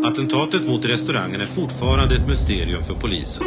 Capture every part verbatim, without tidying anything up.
Attentatet mot restaurangen är fortfarande ett mysterium för polisen.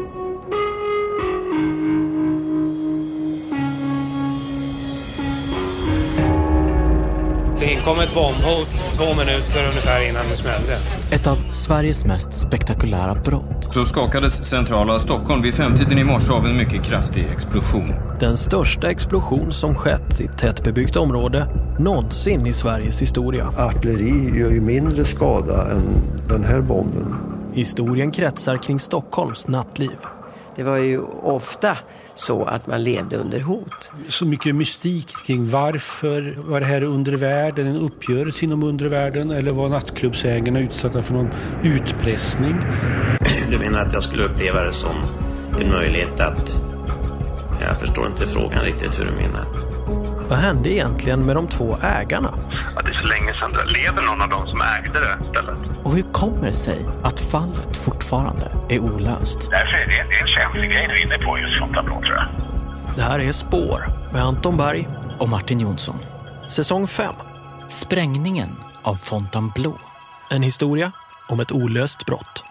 Det inkom ett bombhot två minuter ungefär innan det smällde. Ett av Sveriges mest spektakulära brott. Så skakades centrala Stockholm vid femtiden i morse av en mycket kraftig explosion. Den största explosion som skett i ett tättbebyggt område någonsin i Sveriges historia. Artilleri gör ju mindre skada än den här bomben. Historien kretsar kring Stockholms nattliv. Det var ju ofta så att man levde under hot. Så mycket mystik kring varför var det här undervärlden, en uppgörelse inom undervärlden, eller var nattklubbsägarna utsatta för någon utpressning? Du menar att jag skulle uppleva det som en möjlighet att... Jag förstår inte frågan riktigt hur du menar. Vad hände egentligen med de två ägarna? Ja, det är så länge sedan. Lever någon av dem som ägde det stället? Och hur kommer det sig att fallet fortfarande är olöst? Därför är det, det är en känslig grej du är inne på just Fontainebleau, tror jag. Det här är Spår med Anton Berg och Martin Jonsson. Säsong fem. Sprängningen av Fontainebleau. En historia om ett olöst brott.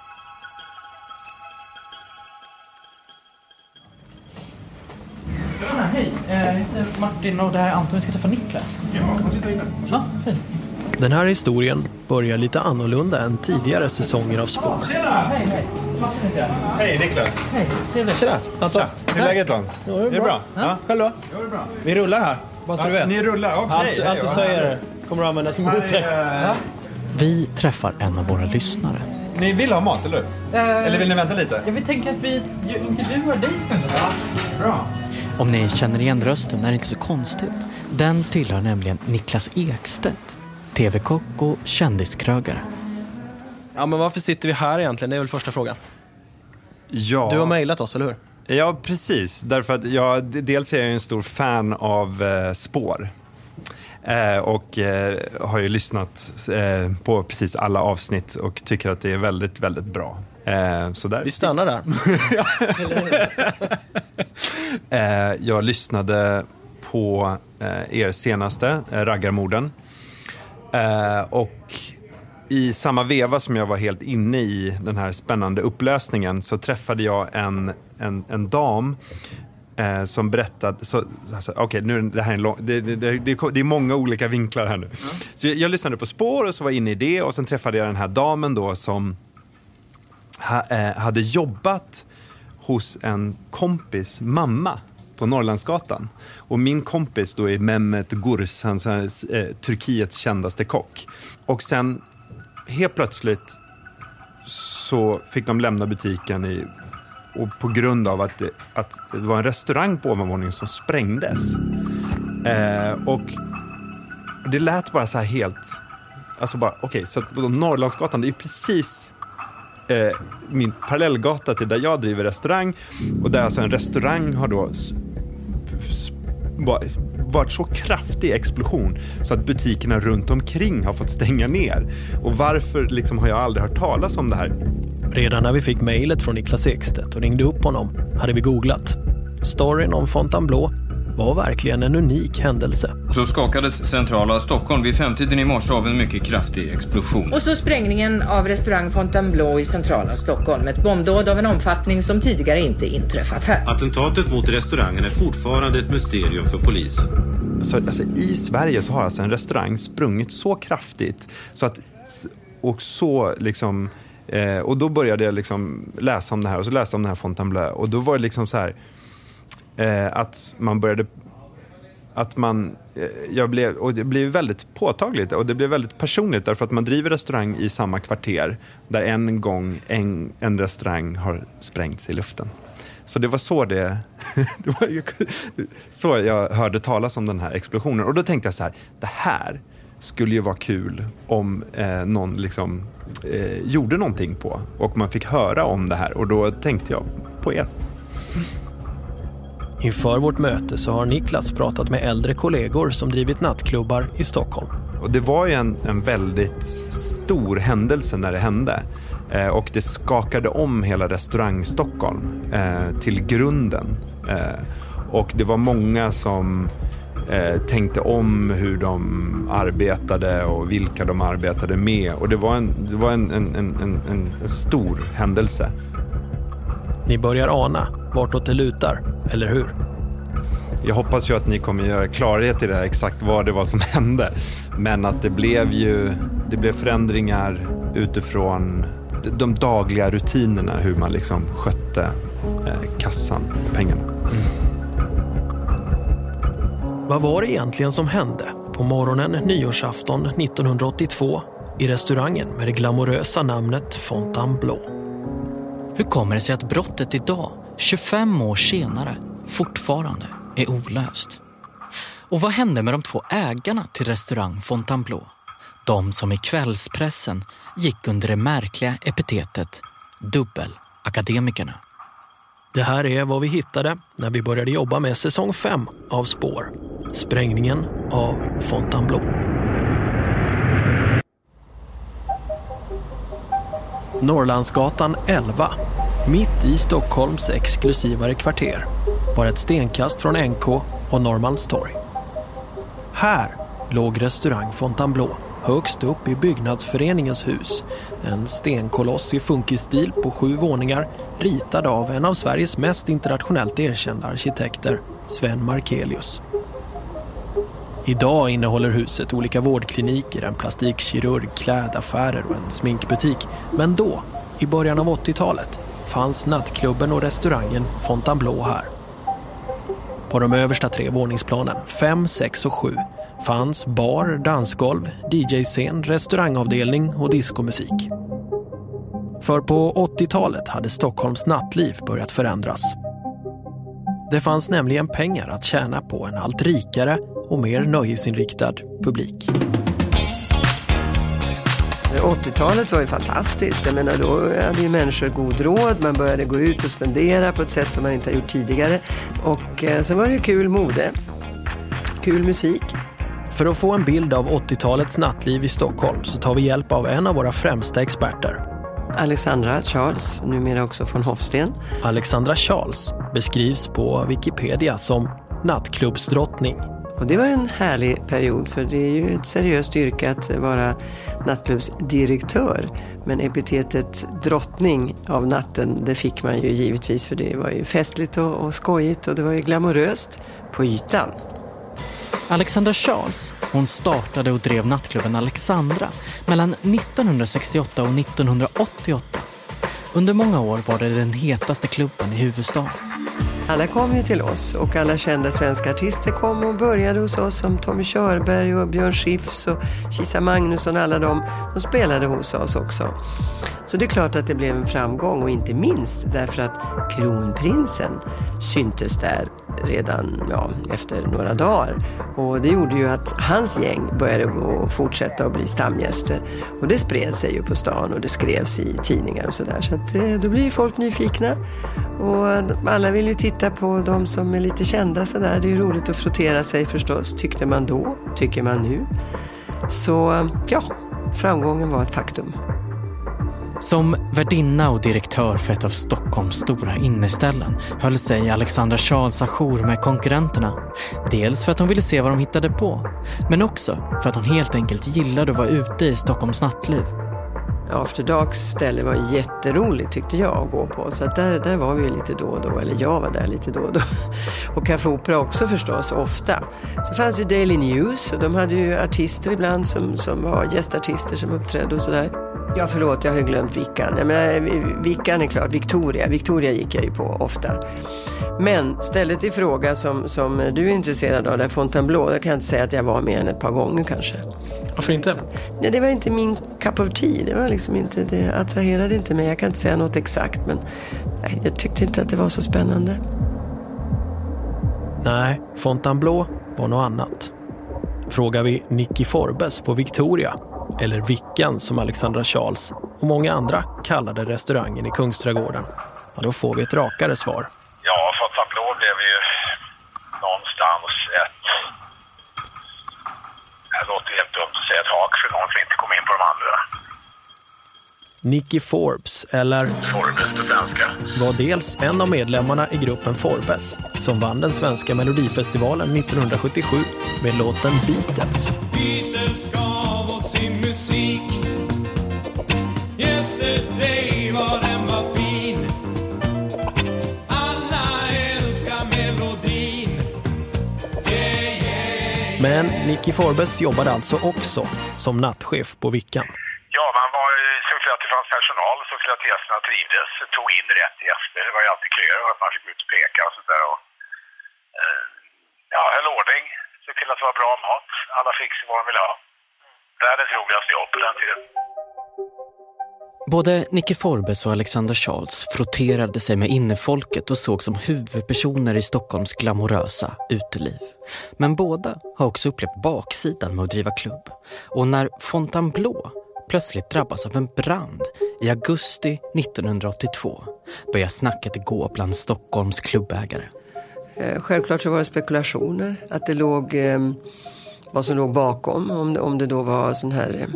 Hej, jag heter Martin och det här är Anton. Vi ska träffa Niklas. Ja, han sitter inne. Ja, fint. Den här historien börjar lite annorlunda än tidigare säsonger av Spår. Tjena! Hej, hej. Martin heter jag. Hej, Niklas. Hej, trevligt. Tjena, Anton. Hur är läget då? Ja, det är bra. Är det bra? Ja, själv då? Ja, det är bra. Vi rullar här, bara så Ja, du vet. ni rullar, okej. Allt, allt du säger kommer att användas som motor. Ja. Vi träffar en av våra lyssnare. Ni vill ha mat, eller hur? Eh, eller vill ni vänta lite? Jag vill tänka att vi intervjuar dig. Ja, bra. Om ni känner igen rösten är det inte så konstigt. Den tillhör nämligen Niklas Ekstedt, tv-kock och kändiskrögare. Ja, men varför sitter vi här egentligen? Det är väl första frågan. Ja. Du har mejlat oss, eller hur? Ja, precis. Därför att jag, dels är jag en stor fan av eh, Spår. Eh, och eh, har ju lyssnat eh, på precis alla avsnitt och tycker att det är väldigt, väldigt bra. Eh, så där. Vi stannar där. eh, jag lyssnade på eh, er senaste, eh, Raggarmorden. Eh, och i samma veva som jag var helt inne i den här spännande upplösningen så träffade jag en, en, en dam eh, som berättade... Så, alltså, Okej, okay, nu det här är en lång, det, det, det, det är många olika vinklar här nu. Mm. Så jag, jag lyssnade på Spår och så var inne i det och sen träffade jag den här damen då som ha, eh, hade jobbat hos en kompis mamma på Norrlandsgatan. Och min kompis då är Mehmet Gurs, han är eh, Turkiets kändaste kock. Och sen helt plötsligt så fick de lämna butiken i, och på grund av att det, att det var en restaurang på ovanvåningen som sprängdes. Eh, och det lät bara så här helt... Alltså bara, okej, okay, så att Norrlandsgatan, det är precis eh, min parallellgata till där jag driver restaurang. Och där alltså en restaurang har då s- s- varit så kraftig explosion så att butikerna runt omkring har fått stänga ner. Och varför liksom har jag aldrig hört talas om det här? Redan när vi fick mejlet från Niklas Ekstedt och ringde upp honom hade vi googlat. Storyn om Fontainebleau var verkligen en unik händelse. Så skakades centrala Stockholm vid femtiden i morse av en mycket kraftig explosion. Och så sprängningen av restaurang Fontainebleau i centrala Stockholm. Ett bombdåd av en omfattning som tidigare inte inträffat här. Attentatet mot restaurangen är fortfarande ett mysterium för polisen. Så, alltså, i Sverige så har alltså en restaurang sprungit så kraftigt så att, och så liksom eh, och då började jag liksom läsa om det här och så läste jag om den här Fontainebleau och då var det liksom så här eh, att man började att man eh, jag blev och det blev väldigt påtagligt och det blev väldigt personligt därför att man driver restaurang i samma kvarter där en gång en, en restaurang har sprängts i luften. Så det var så det, det var, så jag hörde talas om den här explosionen. Och då tänkte jag så här, det här skulle ju vara kul om eh, någon liksom eh, gjorde någonting på. Och man fick höra om det här. Och då tänkte jag på er. Inför vårt möte så har Niklas pratat med äldre kollegor som drivit nattklubbar i Stockholm. Och det var ju en, en väldigt stor händelse när det hände. Eh, och det skakade om hela restaurang Stockholm eh, till grunden. Eh, och det var många som eh, tänkte om hur de arbetade och vilka de arbetade med. Och det var en, det var en, en, en, en, en stor händelse. Ni börjar ana vartåt det lutar, eller hur? Jag hoppas ju att ni kommer göra klarhet i det här, exakt vad det var som hände. Men att det blev ju det blev förändringar utifrån de dagliga rutinerna, hur man liksom skötte eh, kassan och pengarna. Mm. Vad var det egentligen som hände på morgonen nyårsafton nittonhundraåttiotvå i restaurangen med det glamorösa namnet Fontainebleau? Hur kommer det sig att brottet idag, tjugofem år senare, fortfarande är olöst? Och vad hände med de två ägarna till restaurang Fontainebleau? De som i kvällspressen gick under det märkliga epitetet dubbelakademikerna. Det här är vad vi hittade när vi började jobba med säsong fem av Spår. Sprängningen av Fontainebleau. Norrlandsgatan elva, mitt i Stockholms exklusivare kvarter, var ett stenkast från N K och Norrmalmstorg. Här låg restaurang Fontainebleau högst upp i byggnadsföreningens hus. En stenkoloss i funkisstil på sju våningar, ritad av en av Sveriges mest internationellt erkända arkitekter, Sven Markelius. Idag innehåller huset olika vårdkliniker, en plastikkirurg, klädaffärer och en sminkbutik. Men då, i början av åttiotalet, fanns nattklubben och restaurangen Fontainebleau här. På de översta tre våningsplanen, fem, sex och sju, fanns bar, dansgolv, D J-scen, restaurangavdelning och diskomusik. För på åttiotalet hade Stockholms nattliv börjat förändras. Det fanns nämligen pengar att tjäna på en allt rikare och mer nöjesinriktad publik. åttiotalet var ju fantastiskt. Jag menar, då hade ju människor god råd. Man började gå ut och spendera på ett sätt som man inte har gjort tidigare. Och eh, sen var det ju kul mode. Kul musik. För att få en bild av åttiotalets nattliv i Stockholm så tar vi hjälp av en av våra främsta experter. Alexandra Charles, numera också från Hofsten. Alexandra Charles beskrivs på Wikipedia som nattklubbsdrottning. Och det var en härlig period, för det är ju ett seriöst yrke att vara nattklubbsdirektör. Men epitetet drottning av natten, det fick man ju givetvis, för det var ju festligt och, och skojigt och det var ju glamoröst på ytan. Alexandra Charles, hon startade och drev nattklubben Alexandra mellan nittonhundrasextioåtta och nittonhundraåttioåtta. Under många år var det den hetaste klubben i huvudstaden. Alla kom ju till oss och alla kända svenska artister kom och började hos oss, som Tommy Körberg och Björn Skifs och Kisa Magnusson, alla de som spelade hos oss också. Så det är klart att det blev en framgång, och inte minst därför att kronprinsen syntes där redan ja, efter några dagar. Och det gjorde ju att hans gäng började gå och fortsätta att bli stamgäster. Och det spred sig ju på stan och det skrevs i tidningar och sådär. Så att då blir ju folk nyfikna. Och alla vill ju titta på de som är lite kända sådär. Det är ju roligt att frottera sig förstås. Tyckte man då, tycker man nu. Så ja, framgången var ett faktum. Som värdinna och direktör för ett av Stockholms stora inneställen höll sig Alexandra Charles ajour med konkurrenterna. Dels för att hon ville se vad de hittade på, men också för att hon helt enkelt gillade att vara ute i Stockholms nattliv. After Darks ställe var jätteroligt tyckte jag att gå på. Så att där, där var vi lite då och då, eller jag var där lite då och då. Och Café Opera också förstås, ofta. Så fanns ju Daily News och de hade ju artister ibland som, som var gästartister som uppträdde och sådär. Ja, förlåt, jag har ju glömt Vickan. Jag menar, Vickan är klart, Victoria. Victoria gick jag ju på ofta. Men stället i fråga som, som du är intresserad av, där Fontainebleau, där kan jag inte säga att jag var mer än ett par gånger kanske. Varför inte? Nej, det var inte min cup of tea. Det var liksom inte, det attraherade inte mig. Jag kan inte säga något exakt, men nej, jag tyckte inte att det var så spännande. Nej, Fontainebleau var något annat. Frågar vi Nicky Forbes på Victoria, eller Vickan som Alexandra Charles och många andra kallade restaurangen i Kungsträdgården, ja, då får vi ett rakare svar. Ja, Fontainebleau blev ju någonstans ett, det låter helt dumt att säga ett hak för någon som inte kom in på de andra. Nicky Forbes, eller Forbes på svenska, var dels en av medlemmarna i gruppen Forbes som vann den svenska Melodifestivalen nittonhundrasjuttiosju med låten Beatles. Beatles gav oss sin musik. Yesterday var den var fin. Alla älskar melodin. Yeah, yeah. Men Nicky Forbes jobbade alltså också som nattchef på Vickan. Ja, man var såg till att det fanns personal, såg till att gästerna trivdes, tog in rätt gäster. Det var ju alltid köer och att man fick ut och peka och sådär. Och, eh, ja, höll ordning, såg till att det var bra mat. Alla fick vad de ville ha. Världens roligaste jobb på den tiden. Både Nicky Forbes och Alexander Charles frotterade sig med innefolket och såg som huvudpersoner i Stockholms glamorösa uteliv. Men båda har också upplevt baksidan med att driva klubb. Och när Fontainebleau plötsligt drabbas av en brand i augusti nittonhundraåttiotvå börjar snacket gå bland Stockholms klubbägare. Självklart så var det spekulationer att det låg eh, vad som låg bakom, om det, om det då var sån här eh,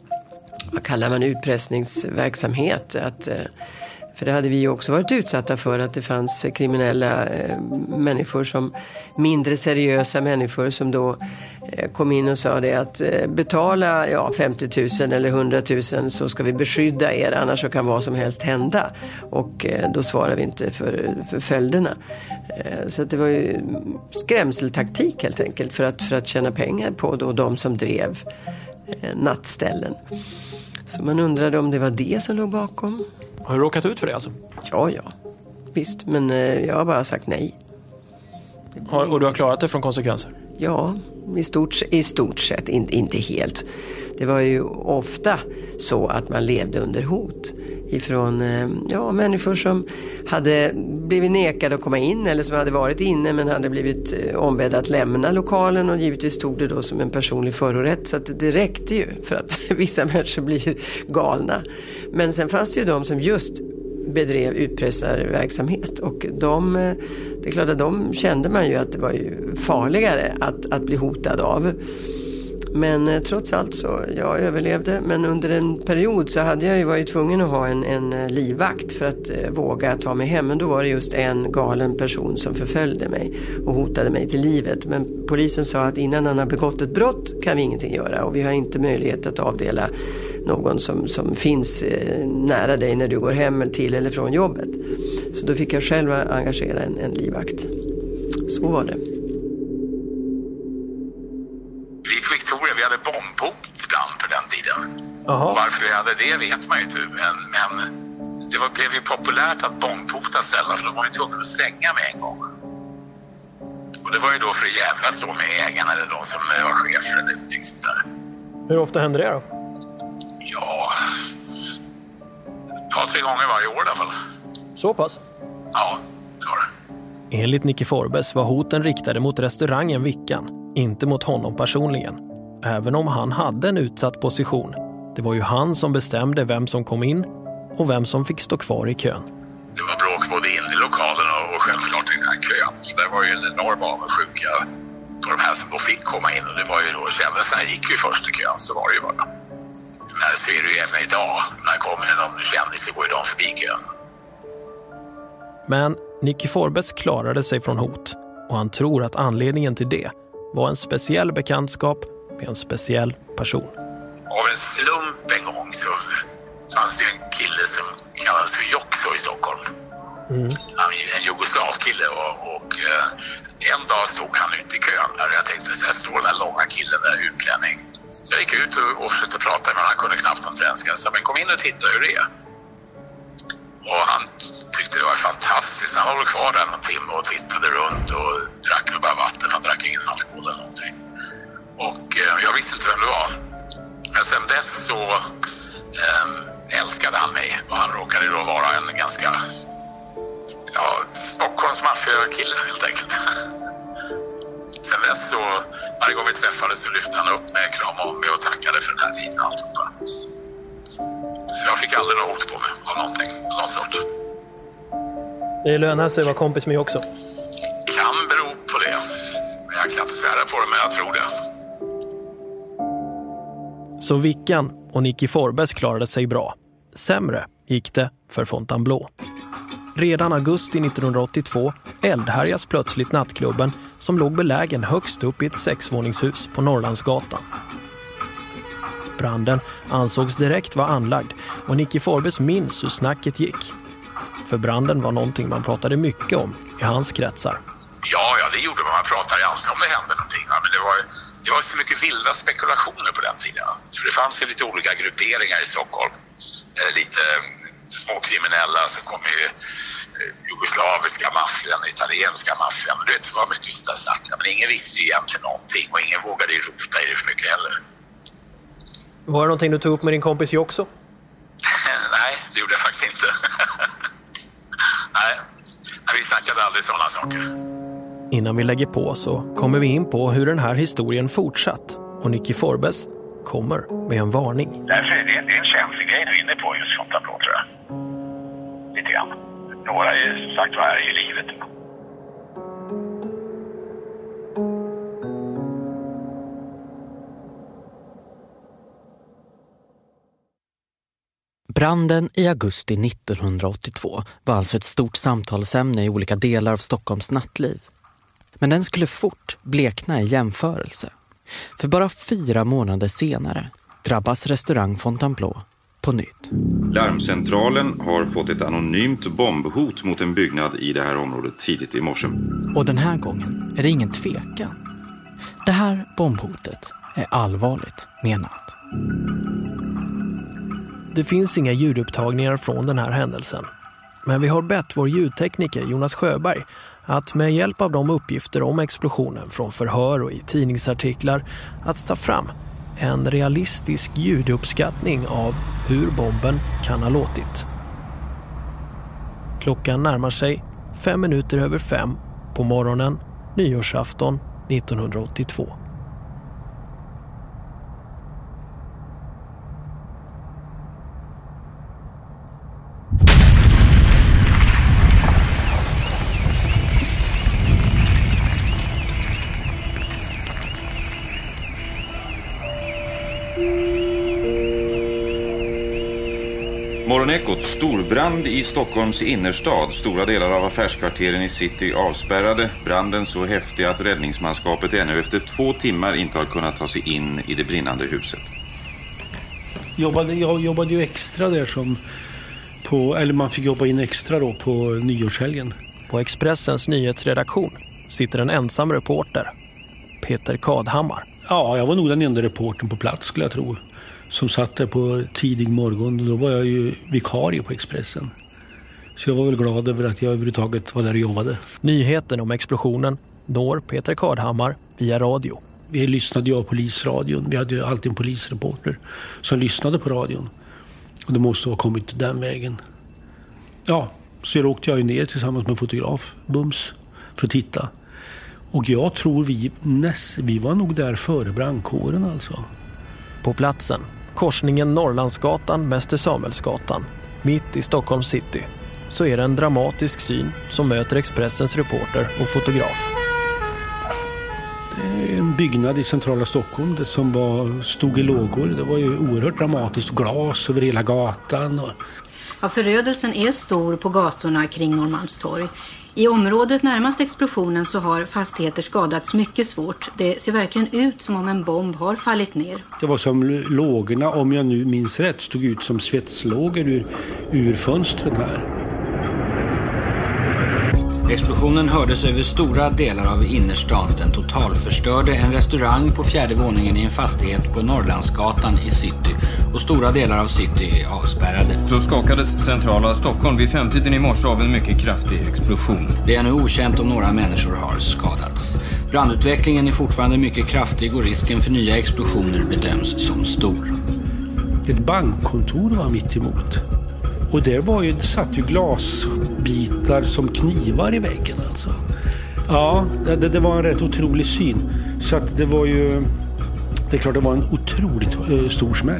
vad kallar man utpressningsverksamhet, att eh, för det hade vi ju också varit utsatta för, att det fanns kriminella eh, människor, som mindre seriösa människor som då eh, kom in och sa det att eh, betala ja, femtio tusen eller hundra tusen så ska vi beskydda er, annars så kan vad som helst hända. Och eh, då svarar vi inte för, för följderna. Eh, så att det var ju skrämseltaktik helt enkelt för att, för att tjäna pengar på då de som drev eh, nattställen. Så man undrade om det var det som låg bakom. Har du råkat ut för det alltså? Ja, ja. Visst, men eh, jag har bara sagt nej. Har, och du har klarat det från konsekvenser? Ja, i stort, i stort sett. In, inte helt. Det var ju ofta så att man levde under hot ifrån eh, ja, människor som hade blivit nekade att komma in eller som hade varit inne men hade blivit eh, ombedda att lämna lokalen, och givetvis stod det då som en personlig förorätt, så att det räckte ju för att vissa människor blir galna. Men sen fanns det ju de som just bedrev utpressarverksamhet, och de, det är klart att de kände man ju att det var ju farligare att, att bli hotad av. Men eh, trots allt så jag överlevde, men under en period så hade jag ju varit tvungen att ha en, en livvakt för att eh, våga ta mig hem. Men då var det just en galen person som förföljde mig och hotade mig till livet. Men polisen sa att innan han har begått ett brott kan vi ingenting göra, och vi har inte möjlighet att avdela någon som, som finns eh, nära dig när du går hem till eller från jobbet. Så då fick jag själv engagera en, en livvakt. Så var det. Victoria, vi hade bombhot ibland för den tiden. Aha. Varför vi hade det vet man ju inte, men, men det var, blev ju populärt att bombhota ställen, för de var ju tvungna att stänga med en gång. Och det var ju då för att jävlas då med ägarna eller de som var chefer eller någonting sånt där. Hur ofta hände det då? Ja, ett par, tre gånger varje år i alla fall. Så pass? Ja, det var det. Enligt Nicky Forbes var hoten riktade mot restaurangen Vickan, inte mot honom personligen. Även om han hade en utsatt position. Det var ju han som bestämde vem som kom in och vem som fick stå kvar i kön. Det var bråk både in i lokalen och, och självklart i den här kön. Så det var ju en enorm avundsjuka på de här som då fick komma in. Och det var ju då, kändisarna gick ju först i kön, så var det ju bara. Men det ser du ju även idag. När det kommer någon kändis så går ju de förbi kön. Men Nicky Forbes klarade sig från hot, och han tror att anledningen till det var en speciell bekantskap med en speciell person. Av en slump en gång så fanns det en kille som kallades för Joxo i Stockholm. Mm. Han är en jugoslav-kille och, och en dag stod han ute i kön där, och jag tänkte så här, står den här långa killen där, utlänning. Så jag gick ut och, och försökte prata med honom, han kunde knappt någon svenska. Så men kom in och titta hur det är. Och han tyckte det var fantastiskt. Han var kvar där någon timme och tittade runt och drack bara vatten. Han drack ingen alkohol eller någonting. Och eh, jag visste inte vem det var. Men sen dess så eh, älskade han mig. Och han råkade då vara en ganska ja, Stockholms maffia-kille helt enkelt. Sen dess så varje gång vi träffades så lyfte han upp mig, kramade om mig och tackade för den här tiden och alltihopa. Så jag fick aldrig något hot på mig av någonting, någon sort. Det lönar sig att vara kompis med också. Kan bero på det. Jag kan inte säga på det, men jag tror det. Så Vickan och Nicky Forbes klarade sig bra. Sämre gick det för Fontainebleau. Redan augusti nittonhundraåttiotvå eldhärjas plötsligt nattklubben som låg belägen högst upp i ett sexvåningshus på Norrlandsgatan. Branden ansågs direkt vara anlagd och Nicky Forbes minns hur snacket gick. För branden var någonting man pratade mycket om i hans kretsar. Ja, ja, det gjorde man. Man pratade alltid om det hände någonting. Ja, men det var, det var så mycket vilda spekulationer på den tiden. För det fanns ju lite olika grupperingar i Stockholm. Eh, lite småkriminella som kom ju eh, jugoslaviska maffian, italienska maffian. Det var mycket sånt där snack. Men ingen visste ju egentligen någonting och ingen vågade ju rota i det för mycket heller. Var det någonting du tog upp med din kompis också? Nej, det gjorde jag faktiskt inte. Nej, vi snackade aldrig sådana saker. Innan vi lägger på så kommer vi in på hur den här historien fortsatt. Och Nicky Forbes kommer med en varning. Därför är det, det är en känslig grej du är inne på just Fontainebleau, tror jag. Lite grann. Några är ju som sagt vad är i livet. Branden i augusti nittonhundraåttiotvå var alltså ett stort samtalsämne i olika delar av Stockholms nattliv. Men den skulle fort blekna i jämförelse. För bara fyra månader senare drabbas restaurang Fontainebleau på nytt. Larmcentralen har fått ett anonymt bombhot mot en byggnad i det här området tidigt i morse. Och den här gången är det ingen tvekan. Det här bombhotet är allvarligt menat. Det finns inga ljudupptagningar från den här händelsen. Men vi har bett vår ljudtekniker Jonas Sjöberg att med hjälp av de uppgifter om explosionen från förhör och i tidningsartiklar att ta fram en realistisk ljuduppskattning av hur bomben kan ha låtit. Klockan närmar sig fem minuter över fem på morgonen nyårsafton nittonhundraåttiotvå. Morgonekot, storbrand i Stockholms innerstad. Stora delar av affärskvarteren i city avspärrade. Branden så häftig att räddningsmanskapet ännu efter två timmar inte har kunnat ta sig in i det brinnande huset. Jobbade, jag jobbade ju extra där som på, eller man fick jobba in extra då på nyårshelgen. På Expressens nyhetsredaktion sitter en ensam reporter, Peter Kadhammar. Ja, jag var nog den enda reportern på plats skulle jag tro. Som satt där på tidig morgon. Då var jag ju vikarie på Expressen. Så jag var väl glad över att jag överhuvudtaget var där och jobbade. Nyheten om explosionen når Peter Kadhammar via radio. Vi lyssnade ju av polisradion. Vi hade ju alltid en polisreporter som lyssnade på radion. Och det måste ha kommit den vägen. Ja, så åkte jag ju ner tillsammans med fotograf, Bums, för att titta. Och jag tror vi, näst, vi var nog där före brandkåren alltså. På platsen, korsningen Norrlandsgatan, Mäster Samuelsgatan, mitt i Stockholms city, så är det en dramatisk syn som möter Expressens reporter och fotograf. Det är en byggnad i centrala Stockholm det som var, stod i lågor. Det var ju oerhört dramatiskt, glas över hela gatan. Och... Ja, förödelsen är stor på gatorna kring Norrmalmstorg. I området närmast explosionen så har fastigheter skadats mycket svårt. Det ser verkligen ut som om en bomb har fallit ner. Det var som lågorna, om jag nu minns rätt, stod ut som svetslågor ur, ur fönstren här. Explosionen hördes över stora delar av innerstan. Den totalförstörde en restaurang på fjärde våningen i en fastighet på Norrlandsgatan i city. Och stora delar av city är avspärrade. Så skakades centrala Stockholm vid femtiden i morse av en mycket kraftig explosion. Det är nu okänt om några människor har skadats. Brandutvecklingen är fortfarande mycket kraftig och risken för nya explosioner bedöms som stor. Ett bankkontor var mitt emot. Och där var ju, det satt ju glasbitar som knivar i väggen alltså. Ja, det, det var en rätt otrolig syn. Så att det var ju, det är klart det var en otroligt eh, stor smäll.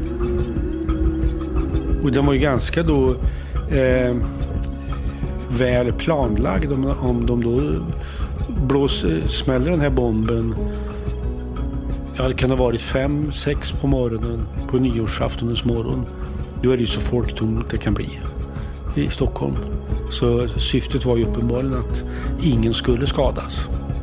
Och den var ju ganska då eh, väl planlagd om, om de då blås, smäller den här bomben. Ja, det kan ha varit fem, sex på morgonen på nyårsaftonens morgon. Nu är det ju så folktomt det kan bli i Stockholm. Så syftet var ju uppenbarligen att ingen skulle skadas.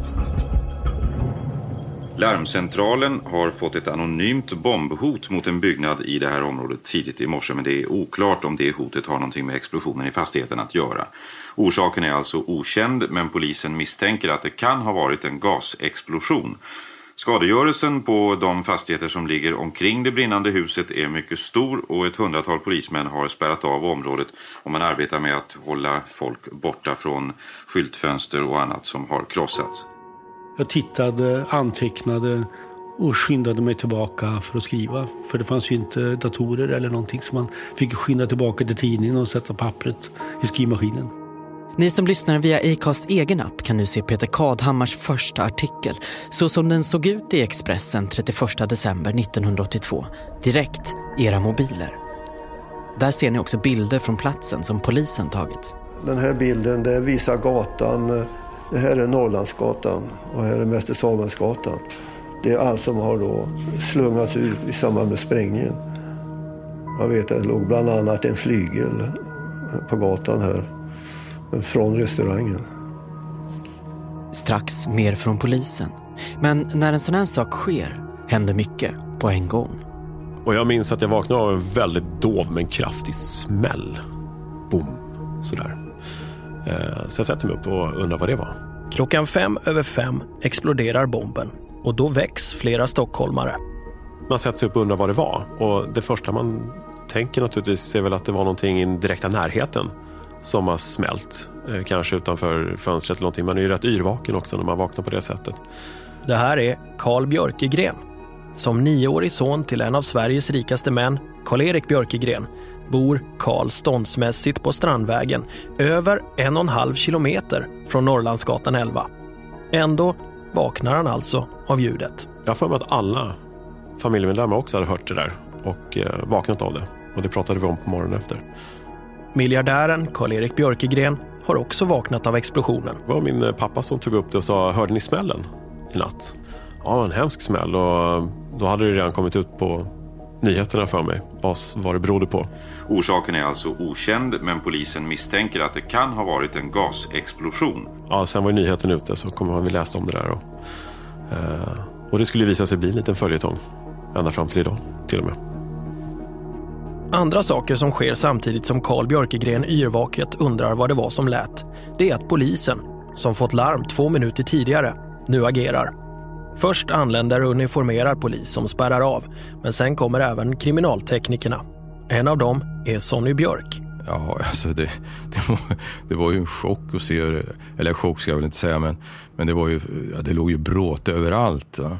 Larmcentralen har fått ett anonymt bombhot mot en byggnad i det här området tidigt i morse, men det är oklart om det hotet har någonting med explosionen i fastigheten att göra. Orsaken är alltså okänd, men polisen misstänker att det kan ha varit en gasexplosion. Skadegörelsen på de fastigheter som ligger omkring det brinnande huset är mycket stor och ett hundratal polismän har spärrat av området och man arbetar med att hålla folk borta från skyltfönster och annat som har krossats. Jag tittade, antecknade och skyndade mig tillbaka för att skriva. För det fanns ju inte datorer eller någonting, så man fick skynda tillbaka till tidningen och sätta pappret i skrivmaskinen. Ni som lyssnar via Acast egen app kan nu se Peter Kadhammars första artikel så som den såg ut i Expressen trettioförsta december nittonhundraåttiotvå, direkt i era mobiler. Där ser ni också bilder från platsen som polisen tagit. Den här bilden, det visar gatan, det här är Norrlandsgatan och här är Mäster Samuelsgatan. Det är allt som har då slungats ut i samband med sprängningen. Jag vet att det låg bland annat en flygel på gatan här från restaurangen. Strax mer från polisen. Men när en sån här sak sker händer mycket på en gång. Och jag minns att jag vaknade av en väldigt dov men kraftig smäll. Boom, sådär. Så jag sätter mig upp och undrar vad det var. Klockan fem över fem exploderar bomben och då väcks flera stockholmare. Man sätter sig upp och undrar vad det var. Och det första man tänker naturligtvis är väl att det var någonting i den direkta närheten som har smält. Kanske utanför fönstret eller någonting. Man är ju rätt yrvaken också när man vaknar på det sättet. Det här är Carl Björkegren. Som nioårig son till en av Sveriges rikaste män, Karl-Erik Björkegren, bor Karl ståndsmässigt på Strandvägen över en och en halv kilometer från Norrlandsgatan elva. Ändå vaknar han alltså av ljudet. Jag har för mig att alla familjemedlemmar också hade hört det där och eh, vaknat av det. Och det pratade vi om på morgonen efter. Miljardären Karl-Erik Björkegren har också vaknat av explosionen. Det var min pappa som tog upp det och sa, hörde ni smällen i natt? Ja, en hemsk smäll och då hade det redan kommit ut på nyheterna för mig. Vad var det berodde på? Orsaken är alltså okänd, men polisen misstänker att det kan ha varit en gasexplosion. Ja, sen var ju nyheten ute så kommer man väl läsa om det där. Och, eh, och det skulle visa sig bli en liten följetong ända fram till idag till och med. Andra saker som sker samtidigt som Carl Björkegren yrvaket undrar vad det var som lät, det är att polisen, som fått larm två minuter tidigare, nu agerar. Först anländer uniformerad polis som spärrar av, men sen kommer även kriminalteknikerna. En av dem är Sonny Björk. Ja, alltså det, det, var, det var ju en chock att se det. Eller chock ska jag väl inte säga, men, men det, var ju, ja, det låg ju bråte överallt. Va?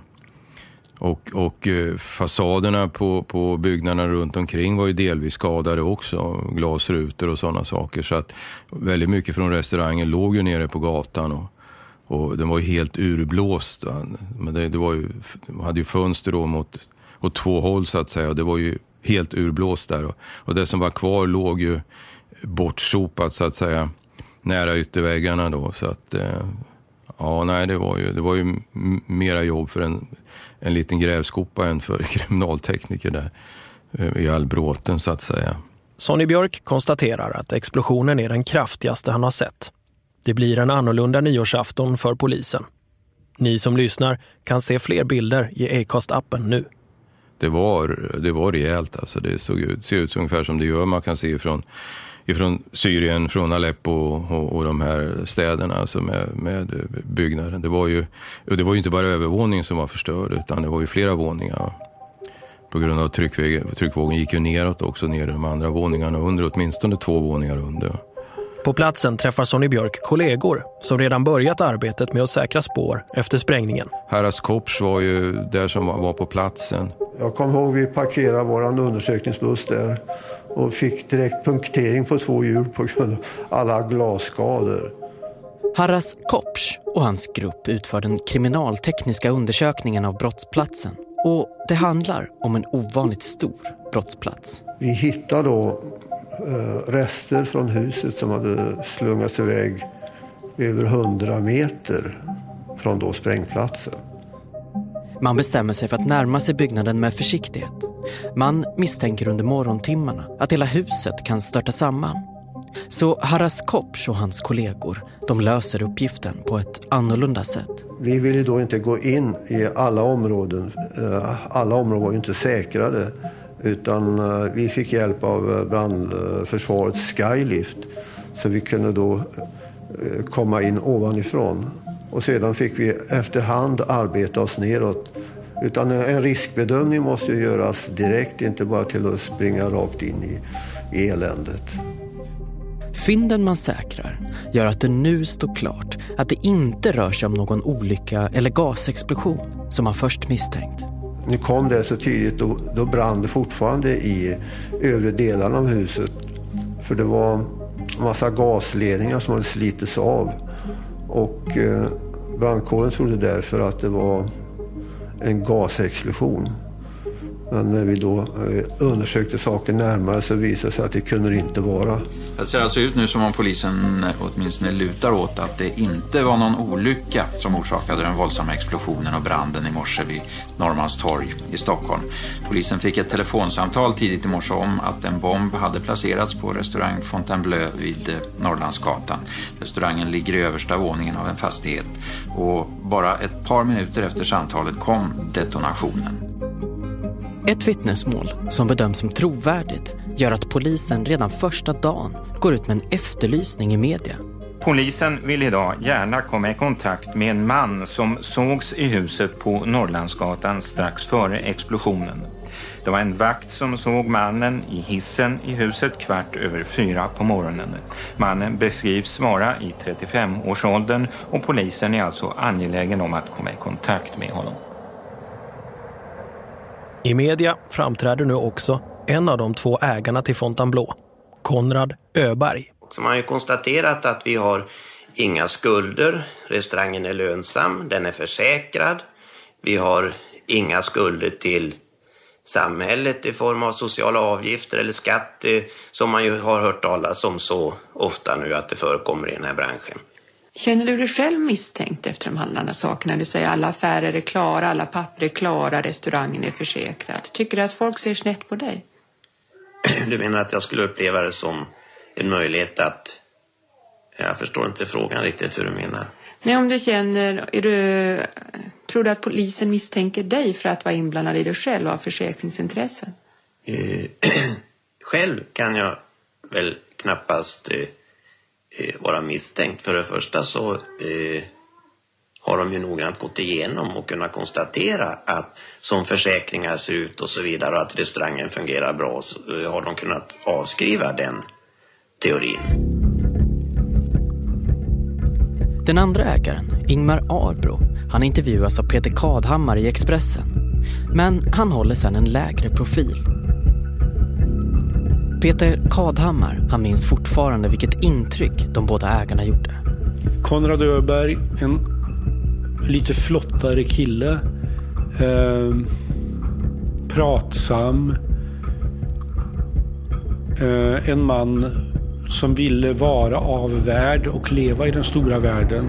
Och, och fasaderna på, på byggnaderna runt omkring var ju delvis skadade också. Glasrutor och sådana saker. Så att väldigt mycket från restaurangen låg ju nere på gatan och Och den var ju helt urblåst. Men det, det var ju, hade ju fönster då mot, åt två håll så att säga. Och det var ju helt urblåst där. Och, och det som var kvar låg ju bortsopat så att säga. Nära ytterväggarna då. Så att, eh, ja nej det var ju, det var ju m- mera jobb för en, en liten grävskopa än för kriminaltekniker där. Eh, I all bråten så att säga. Sonny Björk konstaterar att explosionen är den kraftigaste han har sett. Det blir en annorlunda nyårsafton för polisen. Ni som lyssnar kan se fler bilder i Acast-appen nu. Det var, det var rejält. Alltså det såg ut, ser ut ungefär som det gör. Man kan se ifrån, ifrån Syrien, från Aleppo och, och de här städerna alltså med, med byggnaden. Det var, ju, det var ju inte bara övervåningen som var förstörd utan det var ju flera våningar. På grund av tryckvågen gick ju neråt också ner i de andra våningarna under, åtminstone två våningar under. På platsen träffar Sonny Björk kollegor som redan börjat arbetet med att säkra spår efter sprängningen. Harras Kopsch var ju där som var på platsen. Jag kommer ihåg vi parkerade våran undersökningsbuss där och fick direkt punktering på två hjul på grund av alla glasskador. Harras Kopsch och hans grupp utför den kriminaltekniska undersökningen av brottsplatsen. Och det handlar om en ovanligt stor brottsplats. Vi hittade då eh, rester från huset som hade slungats iväg över hundra meter från då sprängplatsen. Man bestämmer sig för att närma sig byggnaden med försiktighet. Man misstänker under morgontimmarna att hela huset kan störta samman. Så Haras Kopsch och hans kollegor, de löser uppgiften på ett annorlunda sätt. Vi ville då inte gå in i alla områden. Alla områden var ju inte säkrade. Utan vi fick hjälp av brandförsvarets skylift. Så vi kunde då komma in ovanifrån. Och sedan fick vi efterhand arbeta oss neråt. Utan en riskbedömning måste ju göras direkt, inte bara till att springa rakt in i, i eländet. Fynden man säkrar gör att det nu står klart att det inte rör sig om någon olycka eller gasexplosion som man först misstänkt. Nu kom det så tidigt, då, då brann det fortfarande i övre delarna av huset. För det var en massa gasledningar som hade slitits av. Och eh, brandkåren trodde därför att det var en gasexplosion. Men när vi då eh, undersökte saken närmare så visade det sig att det kunde det inte vara. Det ser alltså ut nu som om polisen åtminstone lutar åt att det inte var någon olycka som orsakade den våldsamma explosionen och branden i morse vid Norrmalmstorg i Stockholm. Polisen fick ett telefonsamtal tidigt i morse om att en bomb hade placerats på restaurang Fontainebleau vid Norrlandsgatan. Restaurangen ligger i översta våningen av en fastighet och bara ett par minuter efter samtalet kom detonationen. Ett vittnesmål som bedöms som trovärdigt gör att polisen redan första dagen går ut med en efterlysning i media. Polisen vill idag gärna komma i kontakt med en man som sågs i huset på Norrlandsgatan strax före explosionen. Det var en vakt som såg mannen i hissen i huset kvart över fyra på morgonen. Mannen beskrivs vara i trettiofem-årsåldern och polisen är alltså angelägen om att komma i kontakt med honom. I media framträder nu också en av de två ägarna till Fontainebleau, Konrad Öberg. Så man har ju konstaterat att vi har inga skulder, restaurangen är lönsam, den är försäkrad. Vi har inga skulder till samhället i form av sociala avgifter eller skatt som man ju har hört talas om så ofta nu att det förekommer i den här branschen. Känner du dig själv misstänkt efter de handlande sakerna? Du säger alla affärer är klara, alla papper är klara, restaurangen är försäkrad. Tycker du att folk ser snett på dig? Du menar att jag skulle uppleva det som en möjlighet att... Jag förstår inte frågan riktigt hur du menar. Nej, om du känner... Är du, tror du att polisen misstänker dig för att vara inblandad i det själv och ha försäkringsintressen? Eh, själv kan jag väl knappast... Eh, vara misstänkt. För det första så eh, har de ju noggrant gått igenom och kunnat konstatera att som försäkringar ser ut och så vidare och att restaurangen fungerar bra, så eh, har de kunnat avskriva den teorin. Den andra ägaren, Ingmar Arbro, han intervjuas av Peter Kadhammar i Expressen. Men han håller sedan en lägre profil. Peter Kadhammar, han minns fortfarande vilket intryck de båda ägarna gjorde. Konrad Öberg, en lite flottare kille. Eh, pratsam. Eh, en man som ville vara av värld och leva i den stora världen.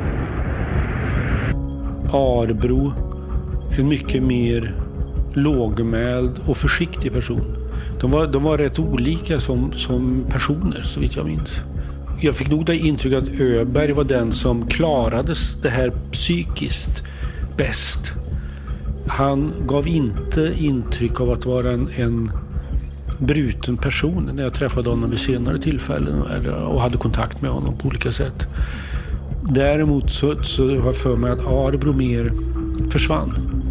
Arbro, en mycket mer lågmäld och försiktig person. De var, de var rätt olika som, som personer, så vitt jag minns. Jag fick nog det intryck att Öberg var den som klarades det här psykiskt bäst. Han gav inte intryck av att vara en, en bruten person när jag träffade honom vid senare tillfällen och hade kontakt med honom på olika sätt. Däremot så, så har jag för mig att Arbro mer försvann.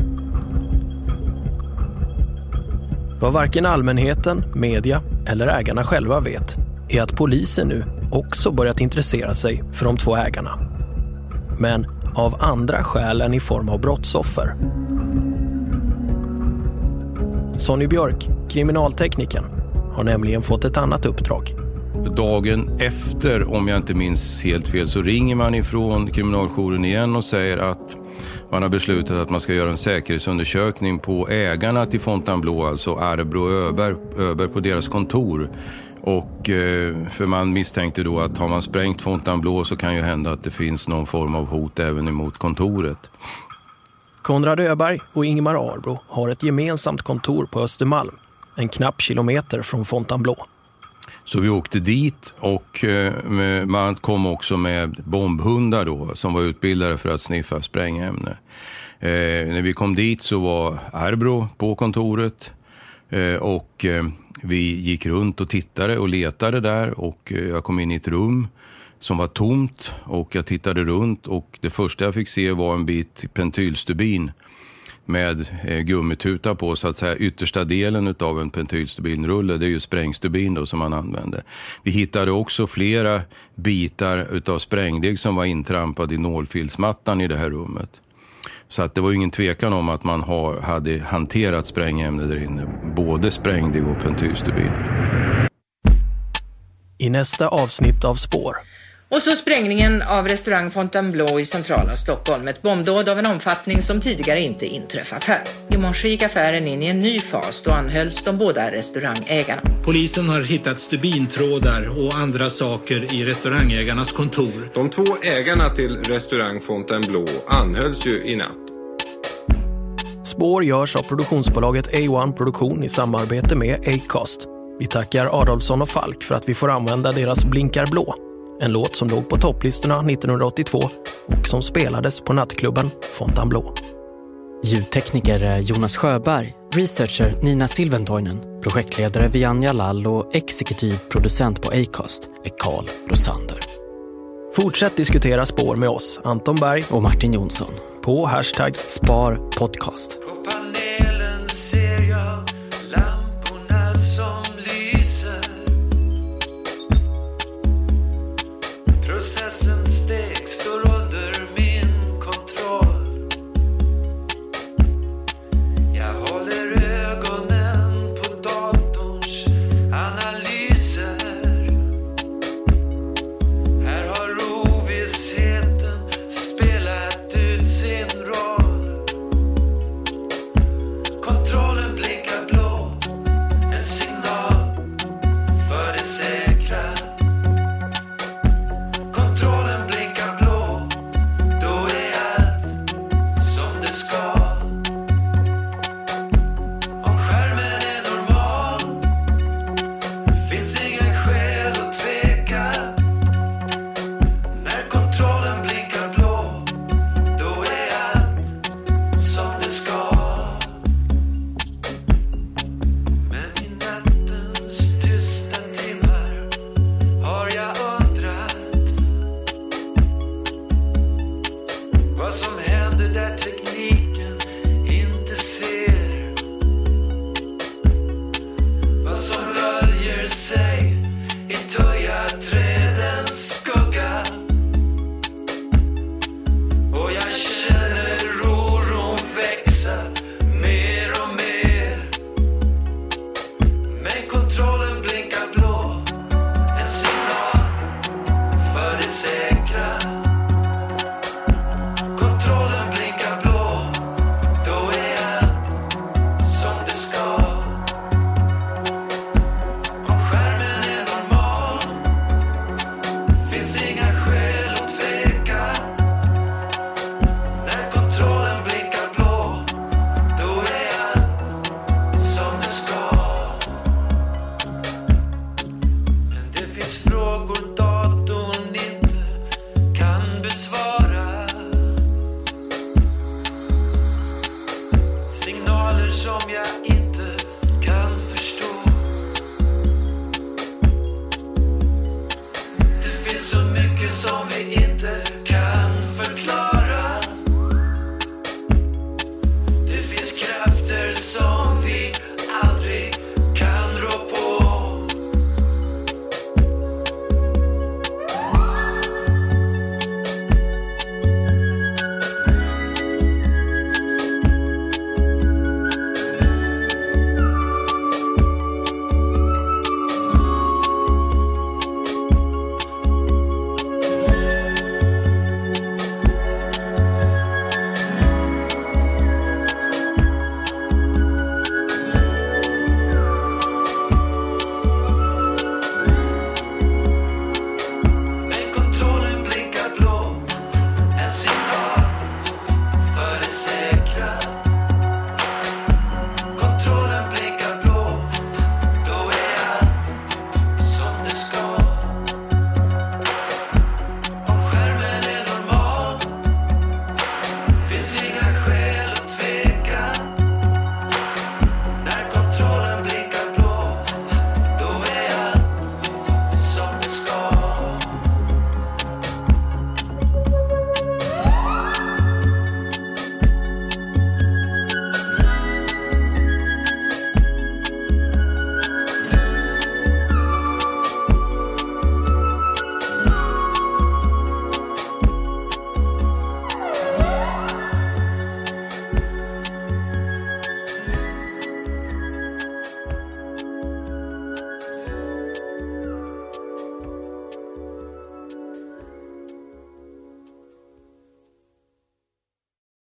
Vad varken allmänheten, media eller ägarna själva vet är att polisen nu också börjat intressera sig för de två ägarna. Men av andra skäl än i form av brottsoffer. Sonny Björk, kriminalteknikern, har nämligen fått ett annat uppdrag. Dagen efter, om jag inte minns helt fel, så ringer man ifrån kriminaljouren igen och säger att man har beslutat att man ska göra en säkerhetsundersökning på ägarna till Fontainebleau, alltså Arbro och Öberg, Öberg på deras kontor. Och för man misstänkte då att har man sprängt Fontainebleau så kan ju hända att det finns någon form av hot även emot kontoret. Konrad Öberg och Ingemar Arbro har ett gemensamt kontor på Östermalm, en knapp kilometer från Fontainebleau. Så vi åkte dit och eh, man kom också med bombhundar då som var utbildade för att sniffa sprängämne. Eh, när vi kom dit så var Arbro på kontoret eh, och eh, vi gick runt och tittade och letade där och eh, jag kom in i ett rum som var tomt och jag tittade runt och det första jag fick se var en bit pentylstubin med eh, gummituta på, så att säga yttersta delen av en pentylstubinrulle, det är ju sprängstubin då som man använde. Vi hittade också flera bitar utav sprängdeg som var intrampad i nålfilsmattan i det här rummet. Så att det var ingen tvekan om att man har, hade hanterat sprängämne där inne, både sprängdeg och pentylstubin. I nästa avsnitt av Spår. Och så sprängningen av restaurang Fontainebleau i centrala Stockholm. Ett bombdåd av en omfattning som tidigare inte inträffat här. I morse gick affären in i en ny fas, då anhölls de båda restaurangägarna. Polisen har hittat stubintrådar och andra saker i restaurangägarnas kontor. De två ägarna till restaurang Fontainebleau anhölls ju i natt. Spår görs av produktionsbolaget A ett Produktion i samarbete med Acast. Vi tackar Adolfsson och Falk för att vi får använda deras Blinkar blå. En låt som låg på topplistorna nittonhundraåttiotvå och som spelades på nattklubben Fontainebleau. Ljudtekniker Jonas Sjöberg, researcher Nina Silventoinen, projektledare Vianja Lall och exekutiv producent på Acast är Carl Rosander. Fortsätt diskutera Spår med oss, Anton Berg och Martin Jonsson, på hashtag Spar Podcast.